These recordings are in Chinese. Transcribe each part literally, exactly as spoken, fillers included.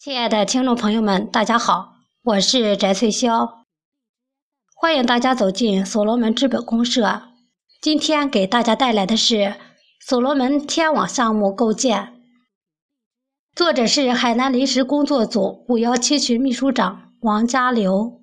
亲爱的听众朋友们，大家好，我是翟翠霄，欢迎大家走进所罗门资本公社。今天给大家带来的是所罗门天网项目构建，作者是海南临时工作组五一七群秘书长王家流。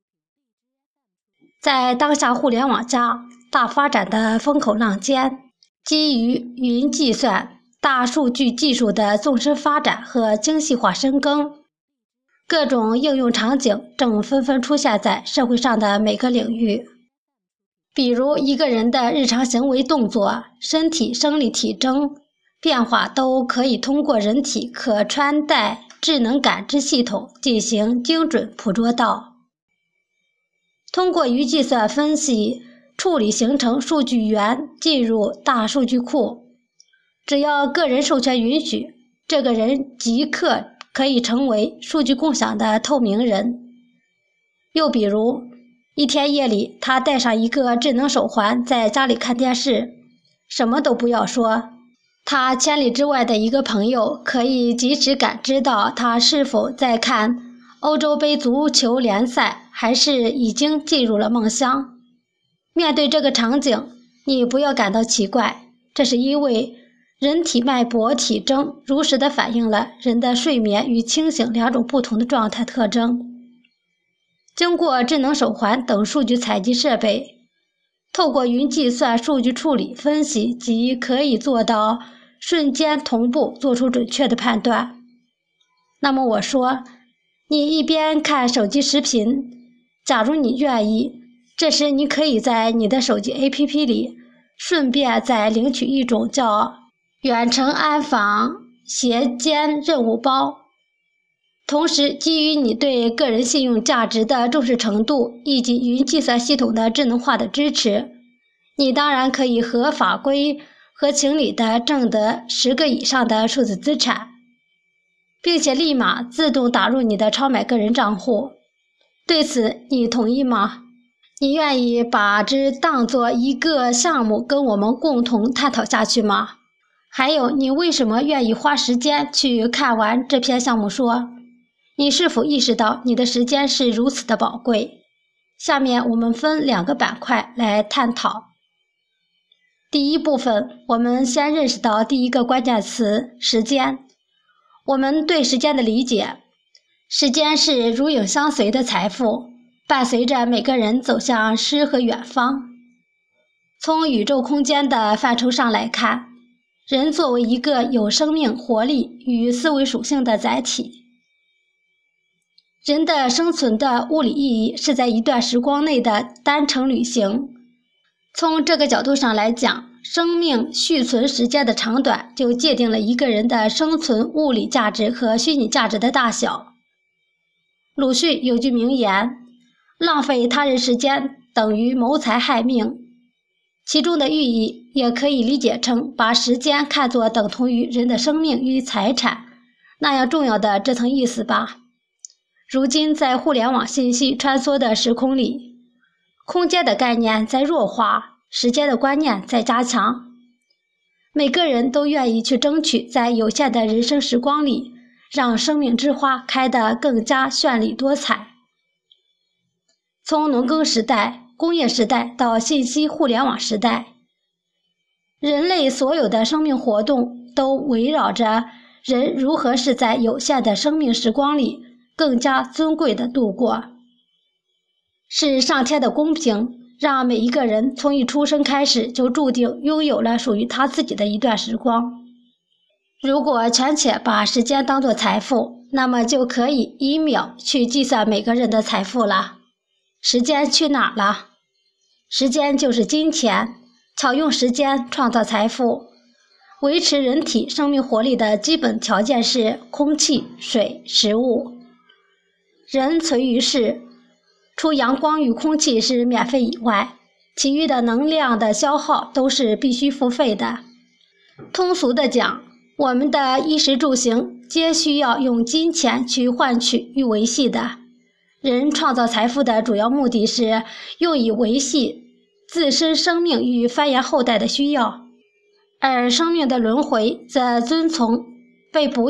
在当下互联网加大发展的风口浪尖，基于云计算、大数据技术的纵深发展和精细化深耕，各种应用场景正纷纷出现在社会上的每个领域。比如一个人的日常行为动作、身体生理体征变化都可以通过人体可穿戴智能感知系统进行精准捕捉到。通过云计算分析处理形成数据源进入大数据库，只要个人授权允许，这个人即刻可以成为数据共享的透明人。又比如一天夜里，他戴上一个智能手环在家里看电视，什么都不要说，他千里之外的一个朋友可以及时感知到他是否在看欧洲杯足球联赛，还是已经进入了梦乡。面对这个场景，你不要感到奇怪，这是因为人体脉搏体征如实地反映了人的睡眠与清醒两种不同的状态特征。经过智能手环等数据采集设备，透过云计算数据处理分析，即可以做到瞬间同步做出准确的判断。那么我说，你一边看手机视频，假如你愿意，这时你可以在你的手机 A P P 里顺便再领取一种叫远程安防协监任务包。同时，基于你对个人信用价值的重视程度以及云计算系统的智能化的支持，你当然可以合法规合情理地挣得十个以上的数字资产，并且立马自动打入你的超买个人账户。对此你同意吗？你愿意把之当作一个项目跟我们共同探讨下去吗？还有，你为什么愿意花时间去看完这篇项目说？你是否意识到你的时间是如此的宝贵？下面我们分两个板块来探讨。第一部分，我们先认识到第一个关键词：时间。我们对时间的理解，时间是如影相随的财富，伴随着每个人走向诗和远方。从宇宙空间的范畴上来看，人作为一个有生命活力与思维属性的载体，人的生存的物理意义是在一段时光内的单程旅行。从这个角度上来讲，生命续存时间的长短就界定了一个人的生存物理价值和虚拟价值的大小。鲁迅有句名言，浪费他人时间等于谋财害命，其中的寓意也可以理解成把时间看作等同于人的生命与财产那样重要的这层意思吧。如今在互联网信息穿梭的时空里，空间的概念在弱化，时间的观念在加强。每个人都愿意去争取在有限的人生时光里，让生命之花开得更加绚丽多彩。从农耕时代、工业时代到信息互联网时代，人类所有的生命活动都围绕着人如何是在有限的生命时光里更加尊贵地度过。是上天的公平，让每一个人从一出生开始就注定拥有了属于他自己的一段时光。如果全且把时间当作财富，那么就可以以秒去计算每个人的财富了。时间去哪儿了？时间就是金钱，巧用时间创造财富。维持人体生命活力的基本条件是空气、水、食物。人存于世，除阳光与空气是免费以外，其余的能量的消耗都是必须付费的。通俗的讲，我们的衣食住行皆需要用金钱去换取与维系的。人创造财富的主要目的是用以维系自身生命与繁衍后代的需要，而生命的轮回则遵从被哺养、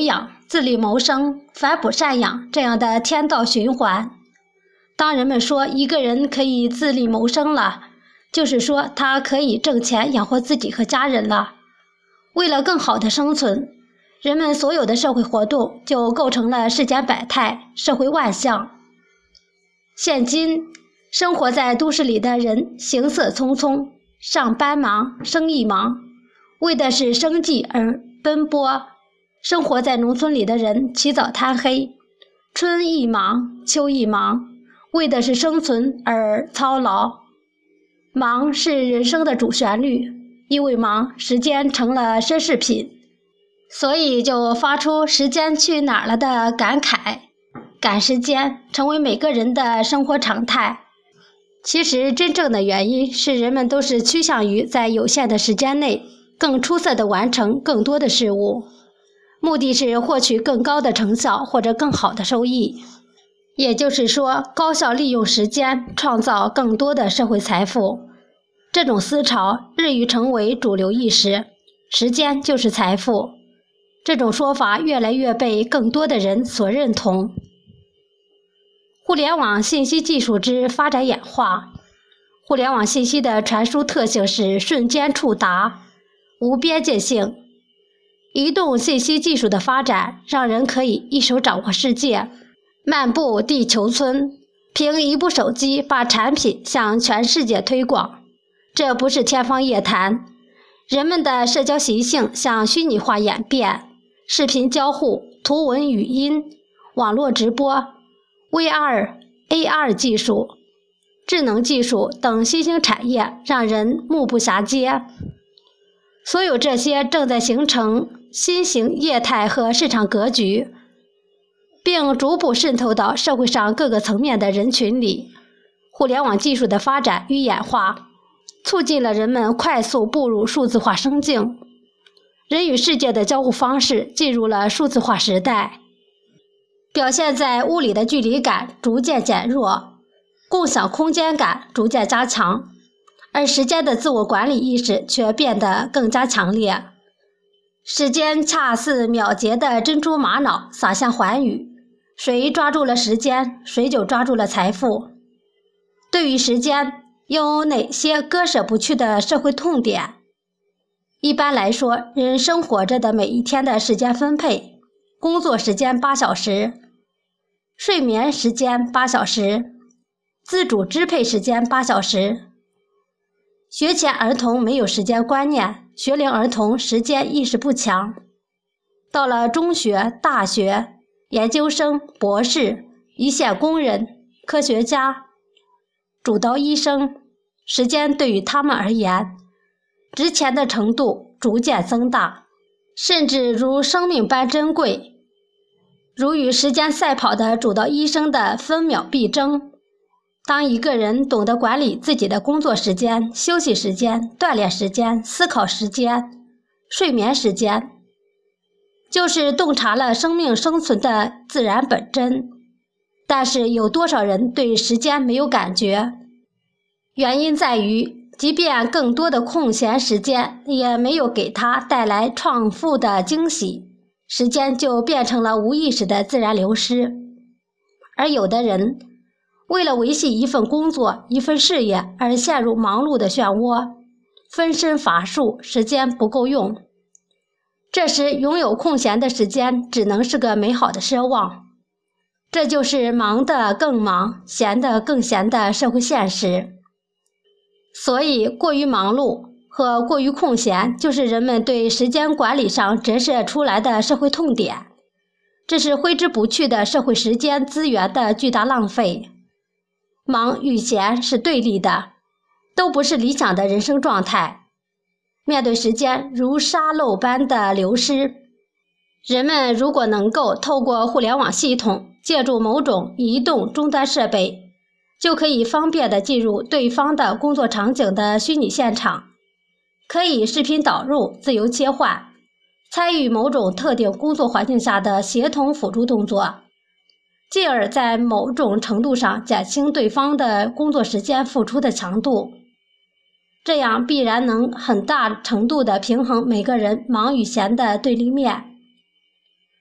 自力谋生、反哺赡养这样的天道循环。当人们说一个人可以自力谋生了，就是说他可以挣钱养活自己和家人了。为了更好的生存，人们所有的社会活动就构成了世间百态、社会万象。现今生活在都市里的人行色匆匆，上班忙，生意忙，为的是生计而奔波。生活在农村里的人起早贪黑，春一忙，秋一忙，为的是生存而操劳。忙是人生的主旋律，因为忙，时间成了奢侈品，所以就发出时间去哪儿了的感慨。赶时间成为每个人的生活常态。其实真正的原因是人们都是趋向于在有限的时间内更出色地完成更多的事物，目的是获取更高的成效或者更好的收益。也就是说，高效利用时间，创造更多的社会财富。这种思潮日益成为主流意识，时间就是财富。这种说法越来越被更多的人所认同。互联网信息技术之发展演化。互联网信息的传输特性是瞬间触达，无边界性。移动信息技术的发展让人可以一手掌握世界，漫步地球村，凭一部手机把产品向全世界推广。这不是天方夜谭。人们的社交习性向虚拟化演变，视频交互、图文语音、网络直播、V R、A R 技术、智能技术等新兴产业让人目不暇接。所有这些正在形成新型业态和市场格局，并逐步渗透到社会上各个层面的人群里。互联网技术的发展与演化，促进了人们快速步入数字化生境，人与世界的交互方式进入了数字化时代。表现在物理的距离感逐渐减弱，共享空间感逐渐加强，而时间的自我管理意识却变得更加强烈。时间恰似秒劫的珍珠玛瑙洒向寰宇，谁抓住了时间，谁就抓住了财富。对于时间，有哪些割舍不去的社会痛点？一般来说，人生活着的每一天的时间分配：工作时间八小时，睡眠时间八小时，自主支配时间八小时。学前儿童没有时间观念，学龄儿童时间意识不强。到了中学、大学、研究生、博士、一线工人、科学家、主刀医生，时间对于他们而言，值钱的程度逐渐增大，甚至如生命般珍贵。如与时间赛跑的主刀医生的分秒必争。当一个人懂得管理自己的工作时间、休息时间、锻炼时间、思考时间、睡眠时间，就是洞察了生命生存的自然本真。但是有多少人对时间没有感觉？原因在于，即便更多的空闲时间也没有给他带来创富的惊喜，时间就变成了无意识的自然流失。而有的人为了维系一份工作、一份事业而陷入忙碌的漩涡，分身乏术，时间不够用。这时拥有空闲的时间只能是个美好的奢望。这就是忙得更忙，闲得更闲的社会现实。所以过于忙碌和过于空闲就是人们对时间管理上折射出来的社会痛点。这是挥之不去的社会时间资源的巨大浪费。忙与闲是对立的，都不是理想的人生状态。面对时间如沙漏般的流失，人们如果能够透过互联网系统，借助某种移动终端设备，就可以方便地进入对方的工作场景的虚拟现场，可以视频导入、自由切换，参与某种特定工作环境下的协同辅助动作，进而在某种程度上减轻对方的工作时间付出的强度。这样必然能很大程度地平衡每个人忙与闲的对立面。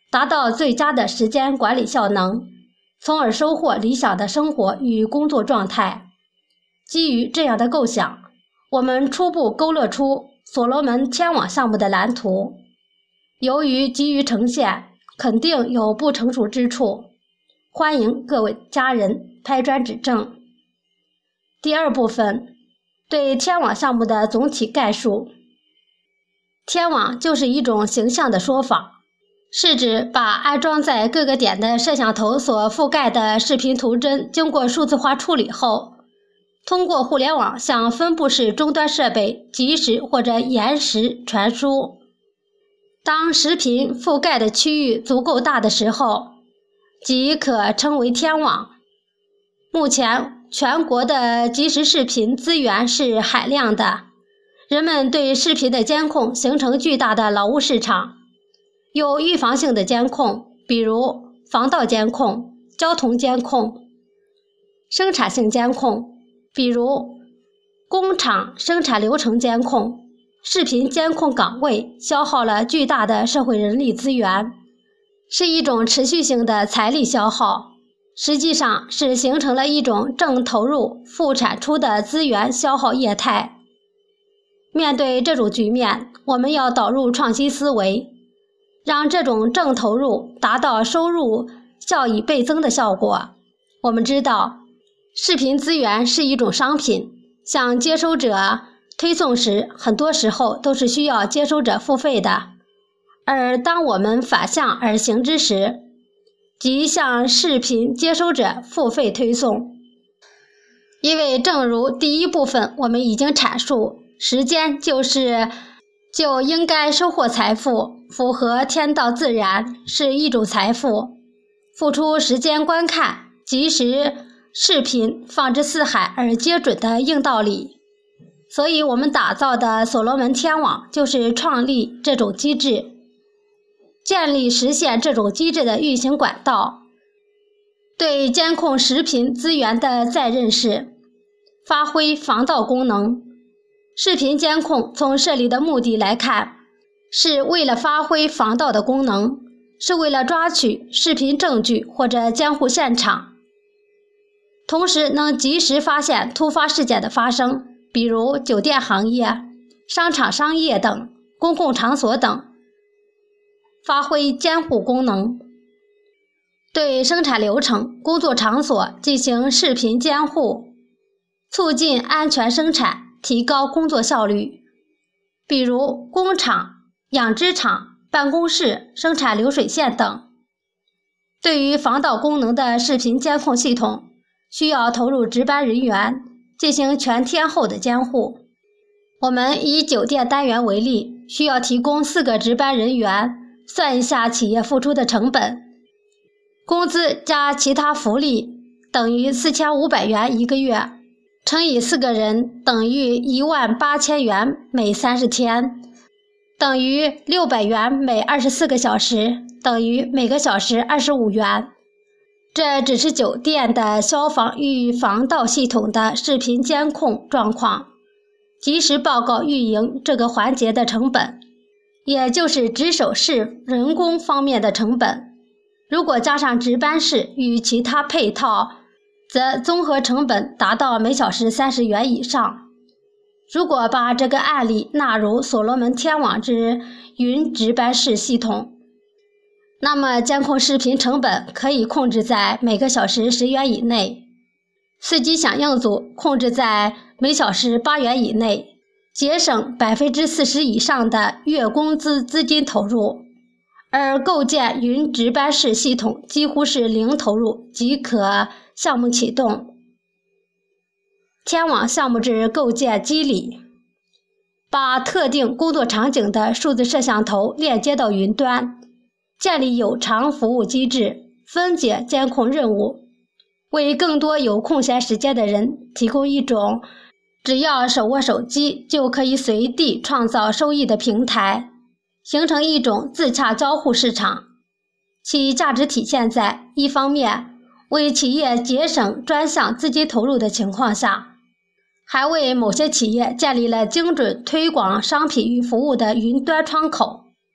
达到最佳的时间管理效能，从而收获理想的生活与工作状态。基于这样的构想，我们初步勾勒出所罗门天网项目的蓝图。由于急于呈现，肯定有不成熟之处，欢迎各位家人拍砖指正。第二部分，对天网项目的总体概述。天网就是一种形象的说法，是指把安装在各个点的摄像头所覆盖的视频图帧经过数字化处理后，通过互联网向分布式终端设备即时或者延时传输。当视频覆盖的区域足够大的时候，即可称为天网。目前全国的即时视频资源是海量的，人们对视频的监控形成巨大的劳务市场。有预防性的监控，比如防盗监控、交通监控；生产性监控，比如工厂生产流程监控。视频监控岗位消耗了巨大的社会人力资源，是一种持续性的财力消耗，实际上是形成了一种正投入负产出的资源消耗业态。面对这种局面，我们要导入创新思维，让这种正投入达到收入效益倍增的效果。我们知道，视频资源是一种商品，向接收者推送时，很多时候都是需要接收者付费的，而当我们反向而行之时，即向视频接收者付费推送。因为正如第一部分我们已经阐述，时间就是就应该收获财富，符合天道自然，是一种财富。付出时间观看即时视频放之四海而皆准的硬道理。所以我们打造的所罗门天网就是创立这种机制，建立实现这种机制的运行管道，对监控视频资源的再认识，发挥防盗功能。视频监控从设立的目的来看，是为了发挥防盗的功能，是为了抓取视频证据或者监护现场，同时能及时发现突发事件的发生，比如酒店行业、商场商业等公共场所等，发挥监护功能。对生产流程、工作场所进行视频监护，促进安全生产，提高工作效率。比如工厂、养殖场、办公室、生产流水线等。对于防盗功能的视频监控系统，需要投入值班人员进行全天候的监护。我们以酒店单元为例，需要提供四个值班人员，算一下企业付出的成本，工资加其他福利等于四千五百元一个月，乘以四个人等于一万八千元每三十天，等于六百元每二十四个小时，等于每个小时二十五元。这只是酒店的消防与防盗系统的视频监控状况，及时报告运营这个环节的成本，也就是值守室人工方面的成本。如果加上值班室与其他配套，则综合成本达到每小时三十元以上。如果把这个案例纳入所罗门天网之云值班室系统，那么监控视频成本可以控制在每个小时十元以内，司机响应组控制在每小时八元以内，节省百分之四十以上的月工资资金投入。而构建云值班室系统几乎是零投入即可项目启动。天网项目之构建机理，把特定工作场景的数字摄像头链接到云端，建立有偿服务机制，分解监控任务，为更多有空闲时间的人提供一种只要手握手机就可以随地创造收益的平台，形成一种自洽交互市场。其价值体现在一方面为企业节省专项资金投入的情况下，还为某些企业建立了精准推广商品与服务的云端窗口。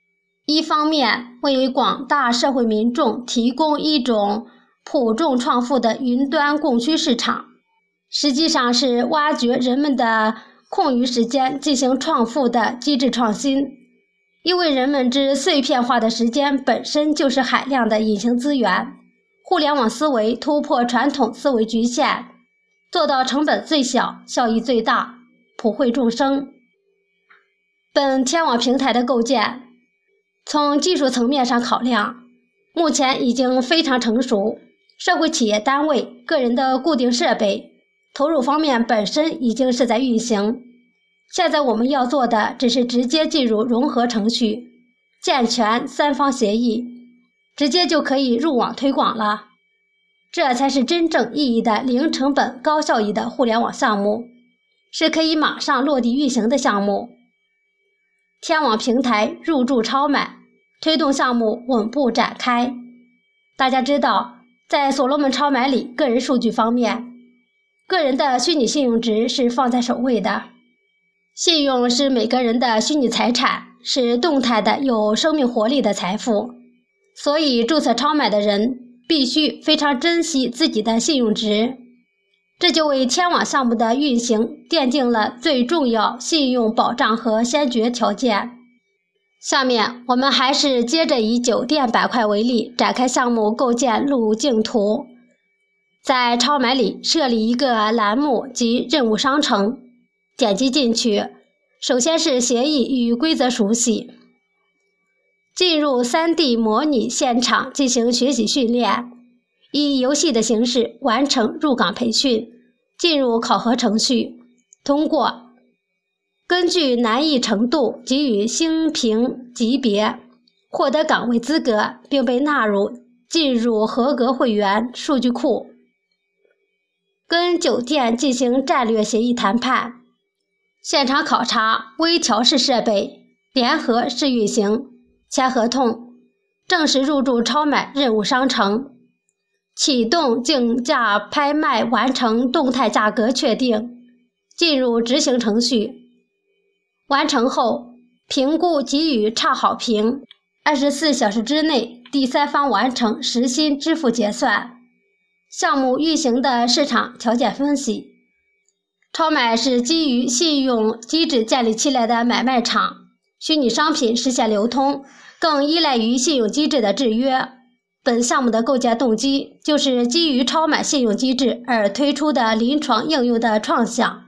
一方面为广大社会民众提供一种普众创富的云端供需市场，实际上是挖掘人们的空余时间进行创富的机制创新。因为人们之碎片化的时间本身就是海量的隐形资源，互联网思维突破传统思维局限，做到成本最小、效益最大、普惠众生。本天网平台的构建，从技术层面上考量，目前已经非常成熟，社会企业单位、个人的固定设备投入方面本身已经是在运行。现在我们要做的只是直接进入融合程序，健全三方协议，直接就可以入网推广了。这才是真正意义的零成本高效益的互联网项目，是可以马上落地运行的项目。天网平台入驻超买，推动项目稳步展开。大家知道，在所罗门超买里，个人数据方面，个人的虚拟信用值是放在首位的。信用是每个人的虚拟财产，是动态的有生命活力的财富，所以注册超买的人必须非常珍惜自己的信用值，这就为天网项目的运行奠定了最重要信用保障和先决条件。下面我们还是接着以酒店板块为例，展开项目构建路径图。在超买里设立一个栏目及任务商城，点击进去，首先是协议与规则熟悉，进入 三 D 模拟现场进行学习训练，以游戏的形式完成入岗培训，进入考核程序，通过，根据难易程度给予星评级别，获得岗位资格，并被纳入进入合格会员数据库，跟酒店进行战略协议谈判，现场考察微调试设备，联合试运行，签合同，正式入驻超买任务商城，启动竞价拍卖，完成动态价格确定，进入执行程序。完成后，评估给予差好评，二十四小时之内第三方完成实薪支付结算。项目运行的市场条件分析。超买是基于信用机制建立起来的买卖场，虚拟商品实现流通，更依赖于信用机制的制约。本项目的构建动机就是基于超买信用机制而推出的临床应用的创想。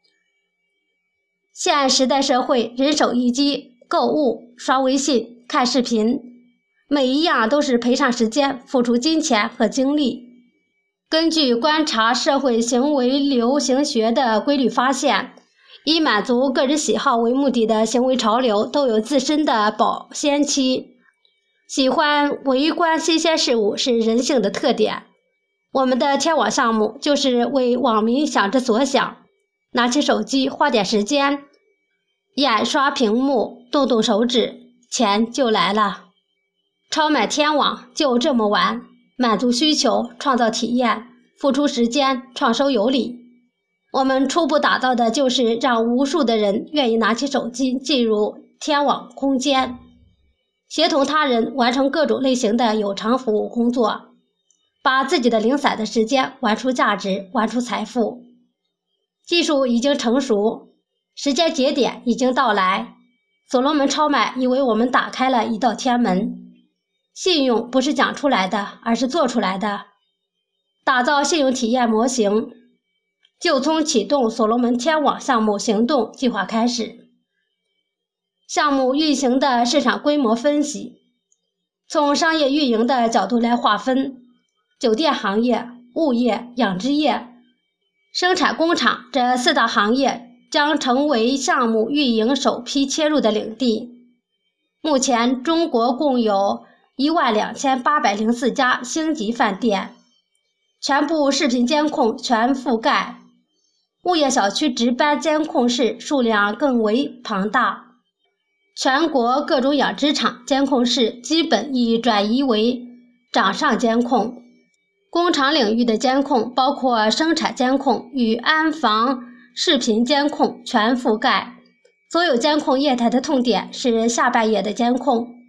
现时代社会人手一机，购物、刷微信、看视频，每一样都是赔上时间、付出金钱和精力。根据观察社会行为流行学的规律发现，以满足个人喜好为目的的行为潮流都有自身的保鲜期。喜欢围观新鲜事物是人性的特点。我们的天网项目就是为网民想之所想，拿起手机花点时间，眼刷屏幕，动动手指，钱就来了。超买天网就这么玩，满足需求，创造体验，付出时间，创收有理。我们初步打造的就是让无数的人愿意拿起手机进入天网空间，协同他人完成各种类型的有偿服务工作，把自己的零散的时间玩出价值，玩出财富。技术已经成熟，时间节点已经到来，所罗门超买已为我们打开了一道天门。信用不是讲出来的，而是做出来的。打造信用体验模型，就从启动所罗门天网项目行动计划开始。项目运行的市场规模分析，从商业运营的角度来划分，酒店行业、物业、养殖业、生产工厂这四大行业将成为项目运营首批切入的领地。目前中国共有一万两千八百零四家星级饭店，全部视频监控全覆盖，物业小区值班监控室数量更为庞大，全国各种养殖场监控室基本已转移为掌上监控。工厂领域的监控包括生产监控与安防视频监控全覆盖，所有监控业态的痛点是下半夜的监控。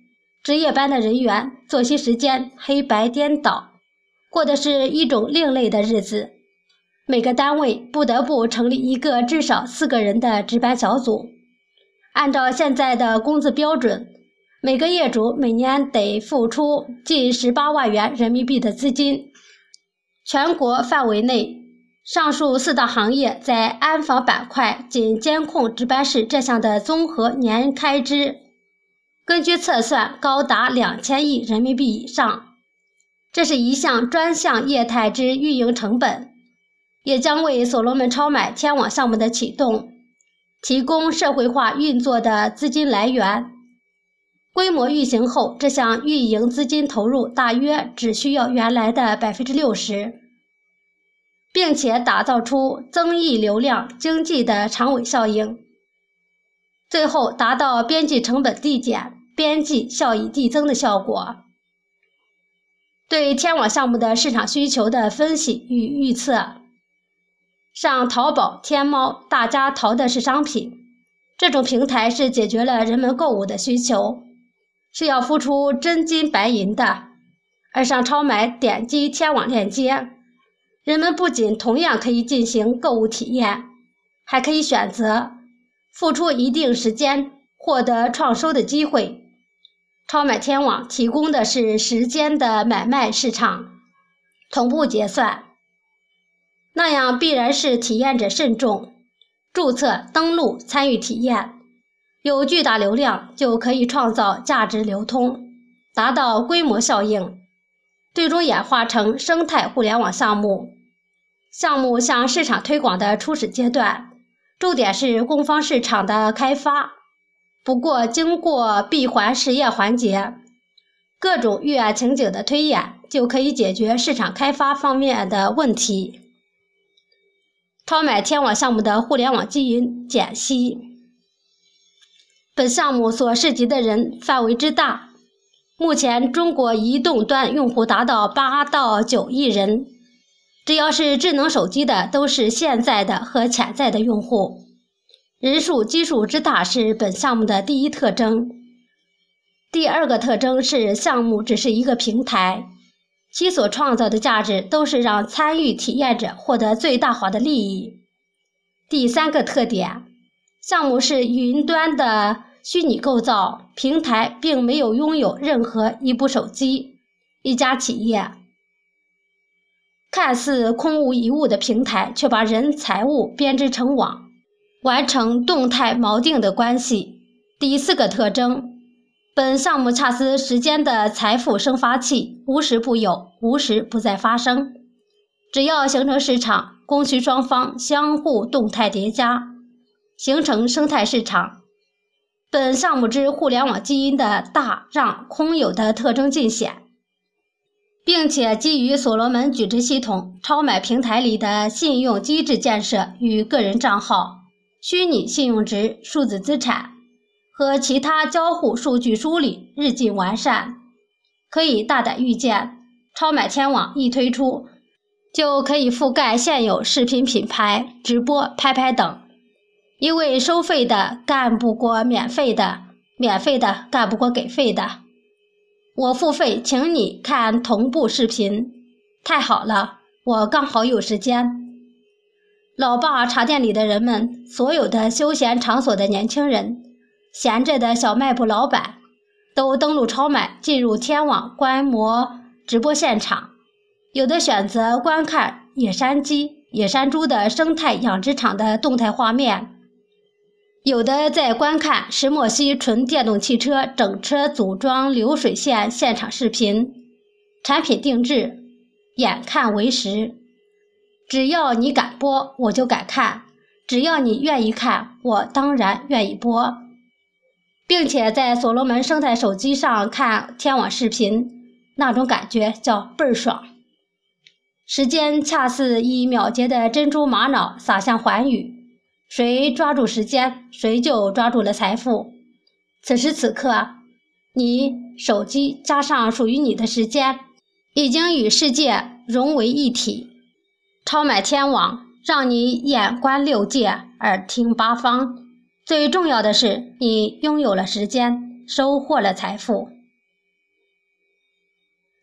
值夜班的人员作息时间黑白颠倒，过的是一种另类的日子。每个单位不得不成立一个至少四个人的值班小组。按照现在的工资标准，每个业主每年得付出近十八万元人民币的资金。全国范围内，上述四大行业在安防板块仅监控值班室这项的综合年开支，根据测算高达两千亿人民币以上。这是一项专项业态之运营成本，也将为所罗门超买天网项目的启动提供社会化运作的资金来源。规模运行后，这项运营资金投入大约只需要原来的 百分之六十， 并且打造出增益流量经济的长尾效应，最后达到边际成本递减、边际效益递增的效果。对天网项目的市场需求的分析与预测，上淘宝、天猫，大家淘的是商品，这种平台是解决了人们购物的需求，是要付出真金白银的。而上超买点击天网链接，人们不仅同样可以进行购物体验，还可以选择付出一定时间获得创收的机会。超买天网提供的是时间的买卖市场，同步结算，那样必然是体验者慎重，注册登录参与体验，有巨大流量就可以创造价值流通，达到规模效应，最终演化成生态互联网项目。项目向市场推广的初始阶段，重点是供方市场的开发，不过经过闭环实验环节，各种预案情景的推演，就可以解决市场开发方面的问题。超买天网项目的互联网基因解析，本项目所涉及的人范围之大，目前中国移动端用户达到八到九亿人，只要是智能手机的都是现在的和潜在的用户，人数基数之大是本项目的第一特征。第二个特征是项目只是一个平台，其所创造的价值都是让参与体验者获得最大化的利益。第三个特点，项目是云端的虚拟构造，平台并没有拥有任何一部手机。一家企业看似空无一物的平台，却把人财物编织成网，完成动态锚定的关系。第四个特征，本项目恰似时间的财富生发器，无时不有，无时不再发生。只要形成市场，供需双方相互动态叠加，形成生态市场，本项目之互联网基因的大让空有的特征尽显，并且基于所罗门矩阵系统超买平台里的信用机制建设与个人账号、虚拟信用值、数字资产和其他交互数据梳理日进完善，可以大胆预见，超买天网一推出，就可以覆盖现有视频品牌、直播、拍拍等。因为收费的干不过免费的，免费的干不过给费的。我付费请你看同步视频，太好了，我刚好有时间。老爸茶店里的人们，所有的休闲场所的年轻人，闲着的小卖部老板，都登录超买，进入天网观摩直播现场。有的选择观看野山鸡、野山猪的生态养殖场的动态画面，有的在观看石墨烯纯电动汽车整车组装流水线现场视频，产品定制，眼看为实。只要你敢播，我就敢看；只要你愿意看，我当然愿意播。并且在所罗门生态手机上看天网视频，那种感觉叫倍儿爽。时间恰似一秒节的珍珠玛瑙洒向寰宇，谁抓住时间，谁就抓住了财富。此时此刻，你手机加上属于你的时间，已经与世界融为一体。超买天网让你眼观六界，耳听八方。最重要的是，你拥有了时间，收获了财富。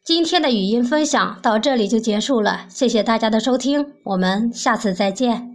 今天的语音分享到这里就结束了，谢谢大家的收听，我们下次再见。